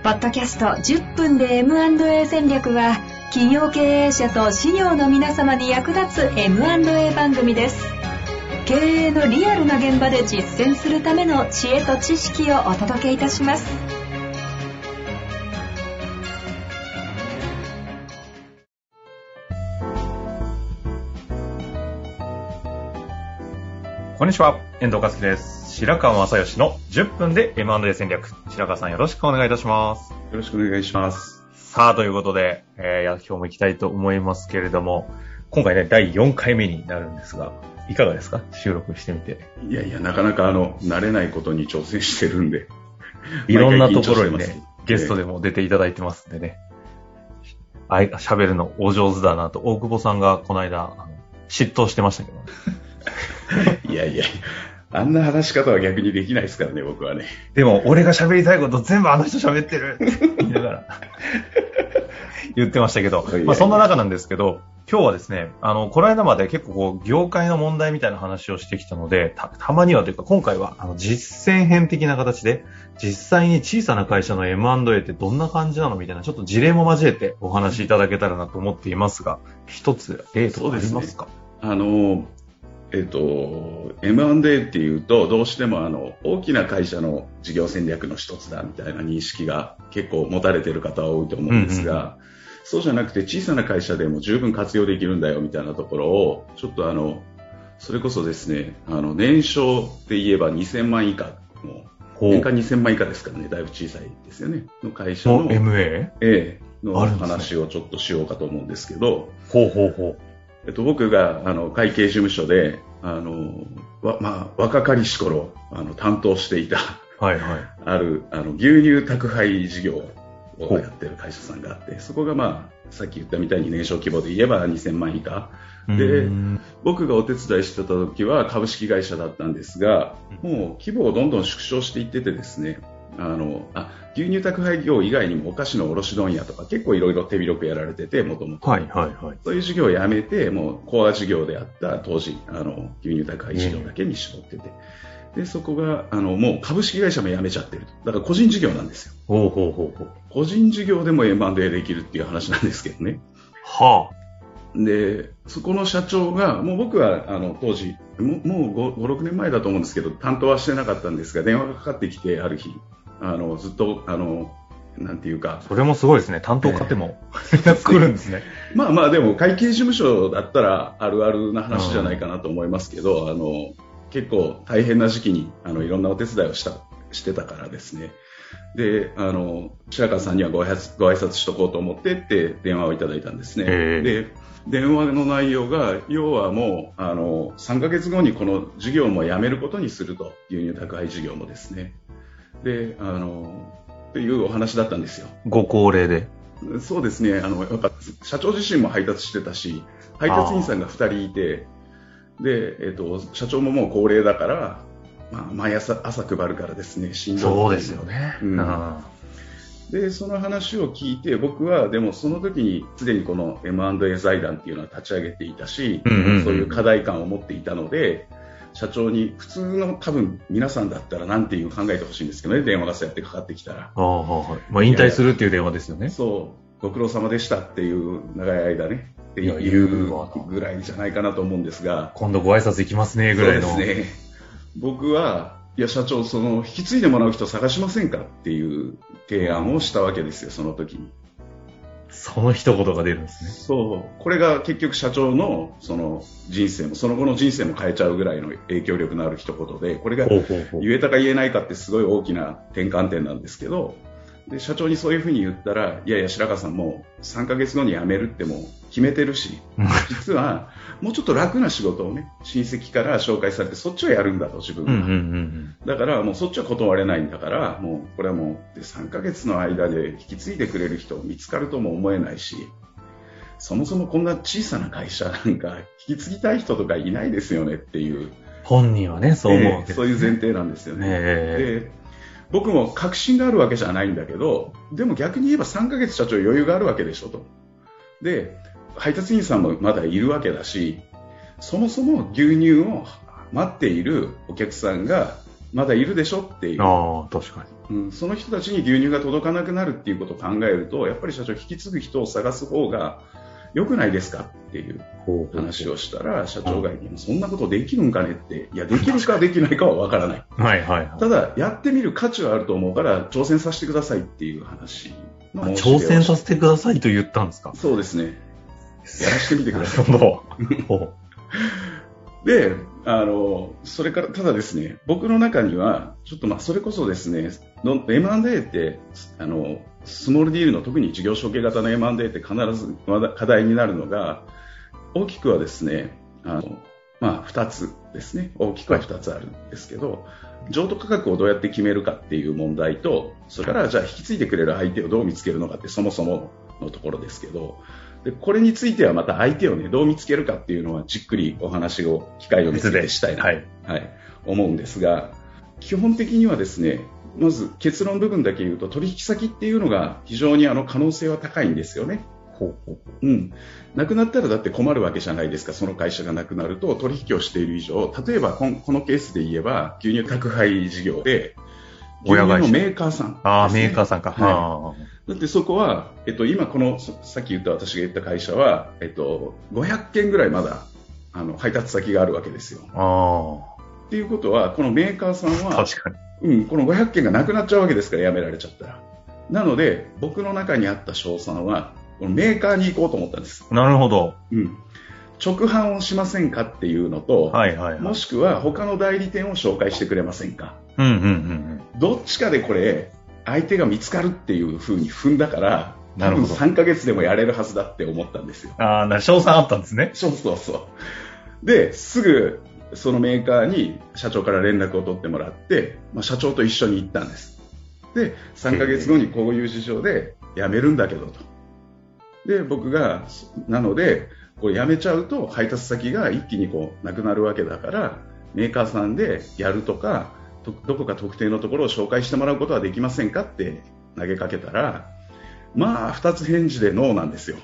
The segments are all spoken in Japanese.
ポッドキャスト10分で M&A 戦略は、企業経営者と事業の皆様に役立つ M&A 番組です。経営のリアルな現場で実践するための知恵と知識をお届けいたします。 こんにちは、遠藤和樹です。白川正義の10分で M&A 戦略。白川さん、よろしくお願いいたします。 よろしくお願いします。 さあ、ということで、今日も行きたいと思いますけれども、今回ね、第4回目になるんですが、いかがですか？収録してみて。 いやいや、なかなか慣れないことに挑戦してるんで。 いろんなところにね、ゲストでも出ていただいてますんでね。喋るのお上手だなと、大久保さんがこの間、嫉妬してましたけど、ね。 いやいや、あんな話し方は逆にできないですからね、僕はね。 でも、俺が喋りたいこと全部あの人喋ってるって言いながら言ってましたけど、そんな中なんですけど、今日はですね、この間まで結構業界の問題みたいな話をしてきたので、たまにはというか、今回は実践編的な形で、実際に小さな会社の M&A ってどんな感じなのみたいな、ちょっと事例も交えてお話しいただけたらなと思っていますが、一つ例とかありますか？ M&A っていうとどうしても大きな会社の事業戦略の一つだみたいな認識が結構持たれている方は多いと思うんですが、そうじゃなくて小さな会社でも十分活用できるんだよみたいなところをちょっとそれこそですね、年商で言えば2000万以下の年間2000万以下ですからね、だいぶ小さいですよねの会社の MA の話をちょっとしようかと思うんですけど、僕が会計事務所で若かりし頃担当していたある牛乳宅配事業をやってる会社さんがあって、そこがさっき言ったみたいに年商規模で言えば2000万以下で、僕がお手伝いしてた時は株式会社だったんですが、もう規模をどんどん縮小していっててですね、牛乳宅配業以外にもお菓子の卸問屋とか結構いろいろ手広くやられてて、もともとそういう事業をやめて、もうコア事業であった当時牛乳宅配事業だけに絞ってて、でそこがもう株式会社もやめちゃってると。だから個人事業なんですよ。個人事業でも M&A できるっていう話なんですけどね。でそこの社長が、もう僕は当時もう5、6年前だと思うんですけど、担当はしてなかったんですが、電話がかかってきて、ある日ずっとなんていうか、 それもすごいですね。担当買っても、来るんですね。 でも会計事務所だったらあるあるな話じゃないかなと思いますけど、結構大変な時期にいろんなお手伝いをしてたからですね。で白川さんにはご挨拶しとこうと思ってって電話をいただいたんですね。で電話の内容が、要はもう3ヶ月後にこの事業も辞めることにすると、牛乳宅配事業もですね。でっていうお話だったんですよ。 ご高齢で。 そうですね。やっぱ社長自身も配達してたし、配達員さんが2人いて、で、社長ももう高齢だから、毎朝配るからですね、しんどい。 そうですよね。 でその話を聞いて、僕はでもその時にすでにこの M&A 財団っていうのは立ち上げていたし、そういう課題感を持っていたので、社長に普通の多分皆さんだったらなんていう考えてほしいんですけどね、電話がそうやってかかってきたら、 引退するっていう電話ですよね。 そうご苦労様でしたっていう長い間ねっていうぐらいじゃないかなと思うんですが、 今度ご挨拶行きますねぐらいの。 そうですね。僕はいや社長、引き継いでもらう人探しませんかっていう提案をしたわけですよ、その時に。 その一言が出るんですね。 そう、これが結局社長のその人生もその後の人生も変えちゃうぐらいの影響力のある一言で、これが言えたか言えないかってすごい大きな転換点なんですけど、で社長にそういうふうに言ったら、いやいや白川さんもう3ヶ月後に辞めるってもう決めてるし、実はもうちょっと楽な仕事をね、親戚から紹介されてそっちをやるんだと、自分は。だからもうそっちは断れないんだから、もうこれはもう3ヶ月の間で引き継いでくれる人見つかるとも思えないし、そもそもこんな小さな会社なんか引き継ぎたい人とかいないですよねっていう。 本人はね、そう思うわけですね。 そういう前提なんですよね。で僕も確信があるわけじゃないんだけど、でも逆に言えば3ヶ月社長余裕があるわけでしょと。で配達員さんもまだいるわけだし、そもそも牛乳を待っているお客さんがまだいるでしょっていう。 確かに。その人たちに牛乳が届かなくなるっていうことを考えると、やっぱり社長引き継ぐ人を探す方が良くないですかっていう話をしたら、社長がそんなことできるんかねって、いや、できるかできないかはわからない。ただ、やってみる価値はあると思うから、挑戦させてくださいっていう話の申し出を。 挑戦させてくださいと言ったんですか？ そうですね。やらしてみてください。 なるほど。 で、それから、ただですね、僕の中には、ちょっとそれこそですね、M&A って、スモールディールの特に事業承継型の M&A って必ず課題になるのが、大きくはですね、2つですね、大きくは2つあるんですけど、譲渡価格をどうやって決めるかっていう問題と、それからじゃあ引き継いでくれる相手をどう見つけるのかってそもそものところですけど、でこれについてはまた相手をね、どう見つけるかっていうのはじっくりお話を、機会を見つけてしたいなと、思うんですが、基本的にはですね、まず結論部分だけ言うと、取引先っていうのが非常に可能性は高いんですよね。なくなったらだって困るわけじゃないですか。その会社がなくなると取引をしている以上、例えばこのケースで言えば牛乳宅配事業で牛乳のメーカーさん、 メーカーさんか、 だってそこは、今さっき言った私が言った会社は、500件ぐらいまだ配達先があるわけですよ。っていうことは、このメーカーさんは確かに、 この500件がなくなっちゃうわけですから、辞められちゃったら。なので僕の中にあった賞賛はこのメーカーに行こうと思ったんです。 なるほど。 直販をしませんかっていうのと、もしくは他の代理店を紹介してくれませんか。どっちかでこれ相手が見つかるっていう風に踏んだから、多分3ヶ月でもやれるはずだって思ったんですよ。 賞賛あったんですね。 そうで、すぐそのメーカーに社長から連絡を取ってもらって、社長と一緒に行ったんです。で、3ヶ月後にこういう事情で辞めるんだけどと。で、僕がなのでこれ辞めちゃうと配達先が一気になくなるわけだから、メーカーさんでやるとか、どこか特定のところを紹介してもらうことはできませんかって投げかけたら、2つ返事でノーなんですよ。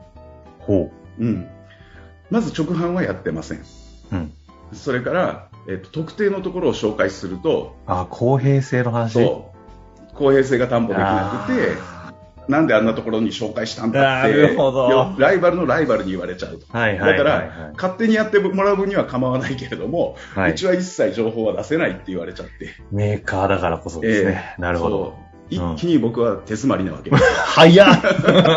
まず直販はやってません。それから、特定のところを紹介すると、 公平性の話。 公平性が担保できなくて、なんであんなところに紹介したんだって、ライバルのライバルに言われちゃうと。だから、勝手にやってもらう分には構わないけれども、うちは一切情報は出せないって言われちゃって。 メーカーだからこそですね。なるほど。 一気に僕は手詰まりなわけです。 早っ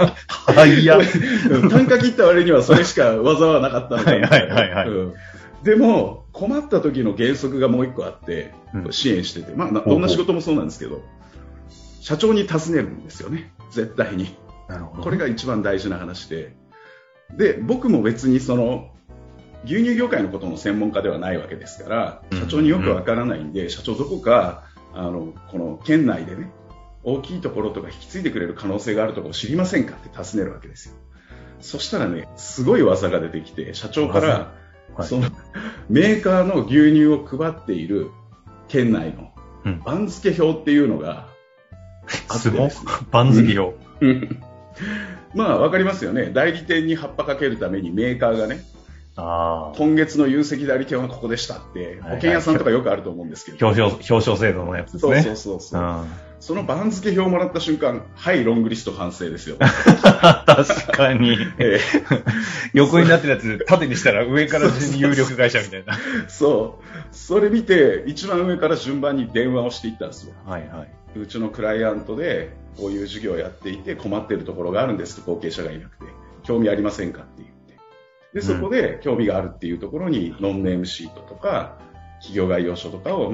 単価切った割にはそれしか技はなかったのか。でも、困った時の原則がもう一個あって、支援してて、どんな仕事もそうなんですけど、社長に尋ねるんですよね、絶対に。これが一番大事な話で、僕も別に牛乳業界のことの専門家ではないわけですから、社長によくわからないんで、社長どこかこの県内でね、大きいところとか引き継いでくれる可能性があるところを知りませんかって尋ねるわけですよ。そしたらね、すごい技が出てきて、社長からそのメーカーの牛乳を配っている県内の番付表っていうのがあってですね、 番付表。 わかりますよね。代理店に葉っぱかけるためにメーカーがね、今月の有責代理店はここでしたって保険屋さんとかよくあると思うんですけど、 表彰制度のやつですね。 その番付表をもらった瞬間、ロングリスト完成ですよ。 確かに。横になってるやつ縦にしたら上から順に有力会社みたいな。 それ見て一番上から順番に電話をしていったんですよ。うちのクライアントでこういう事業をやっていて困っているところがあるんですと、後継者がいなくて興味ありませんかって言って、でそこで興味があるっていうところにノンネームシートとか企業概要書とかを、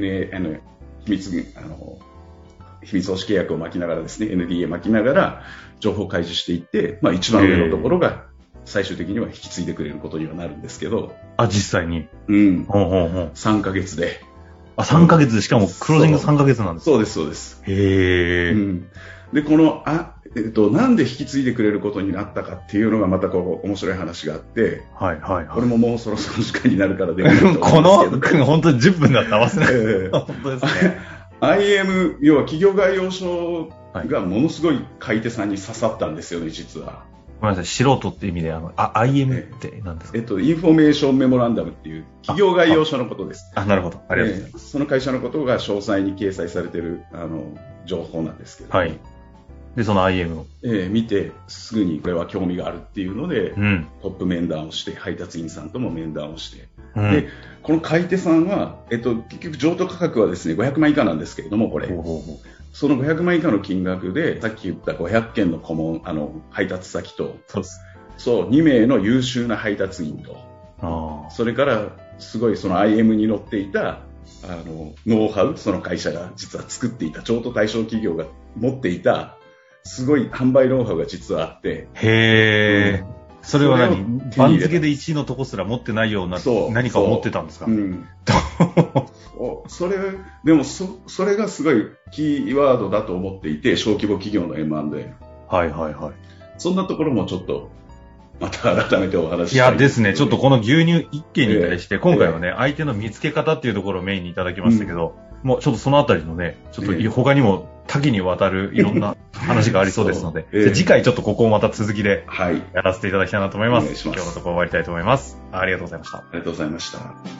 秘密保持契約を巻きながらですね、NDA 巻きながら情報開示していって、一番上のところが最終的には引き継いでくれることにはなるんですけど。 実際に。 3ヶ月で。 3ヶ月で、しかもクロージング3ヶ月なんですか？ そうです。で、この、なんで引き継いでくれることになったかっていうのがまた面白い話があって、これももうそろそろ時間になるからできると思うんですけど。 本当に10分だったら合わせない。本当ですね。 IM、要は企業概要書がものすごい買い手さんに刺さったんですよね、実は。 ごめんなさい、素人って意味で、IM って何ですか？ インフォメーションメモランダムっていう企業概要書のことです。 なるほど。ありがとうございます。 その会社のことが詳細に掲載されている、情報なんですけど。 はい。で、その IM を。 見て、すぐにこれは興味があるっていうので、 うん、 トップ面談をして、配達員さんとも面談をして、で、この買い手さんは、結局譲渡価格はですね、500万以下なんですけれども、これ。その500万以下の金額で、さっき言った500件の顧問、配達先と、2名の優秀な配達員と、それから、すごいその IM に載っていた、ノウハウ、その会社が実は作っていた、譲渡対象企業が持っていた、すごい販売ノウハウが実はあって。 へー。それは番付で1位のとこすら持ってないような何かを持ってたんですか？ でもそれがすごいキーワードだと思っていて、小規模企業の M&A。 はいはいはい。 そんなところもちょっと、また改めてお話ししたい。 いやですね、ちょっとこの牛乳1件に対して、今回はね、相手の見つけ方っていうところをメインにいただきましたけど、もうちょっとそのあたりのね、ちょっと他にも多岐にわたるいろんな話がありそうですので、次回ちょっとここをまた続きでやらせていただきたいなと思います。今日のところ終わりたいと思います。ありがとうございました。 ありがとうございました。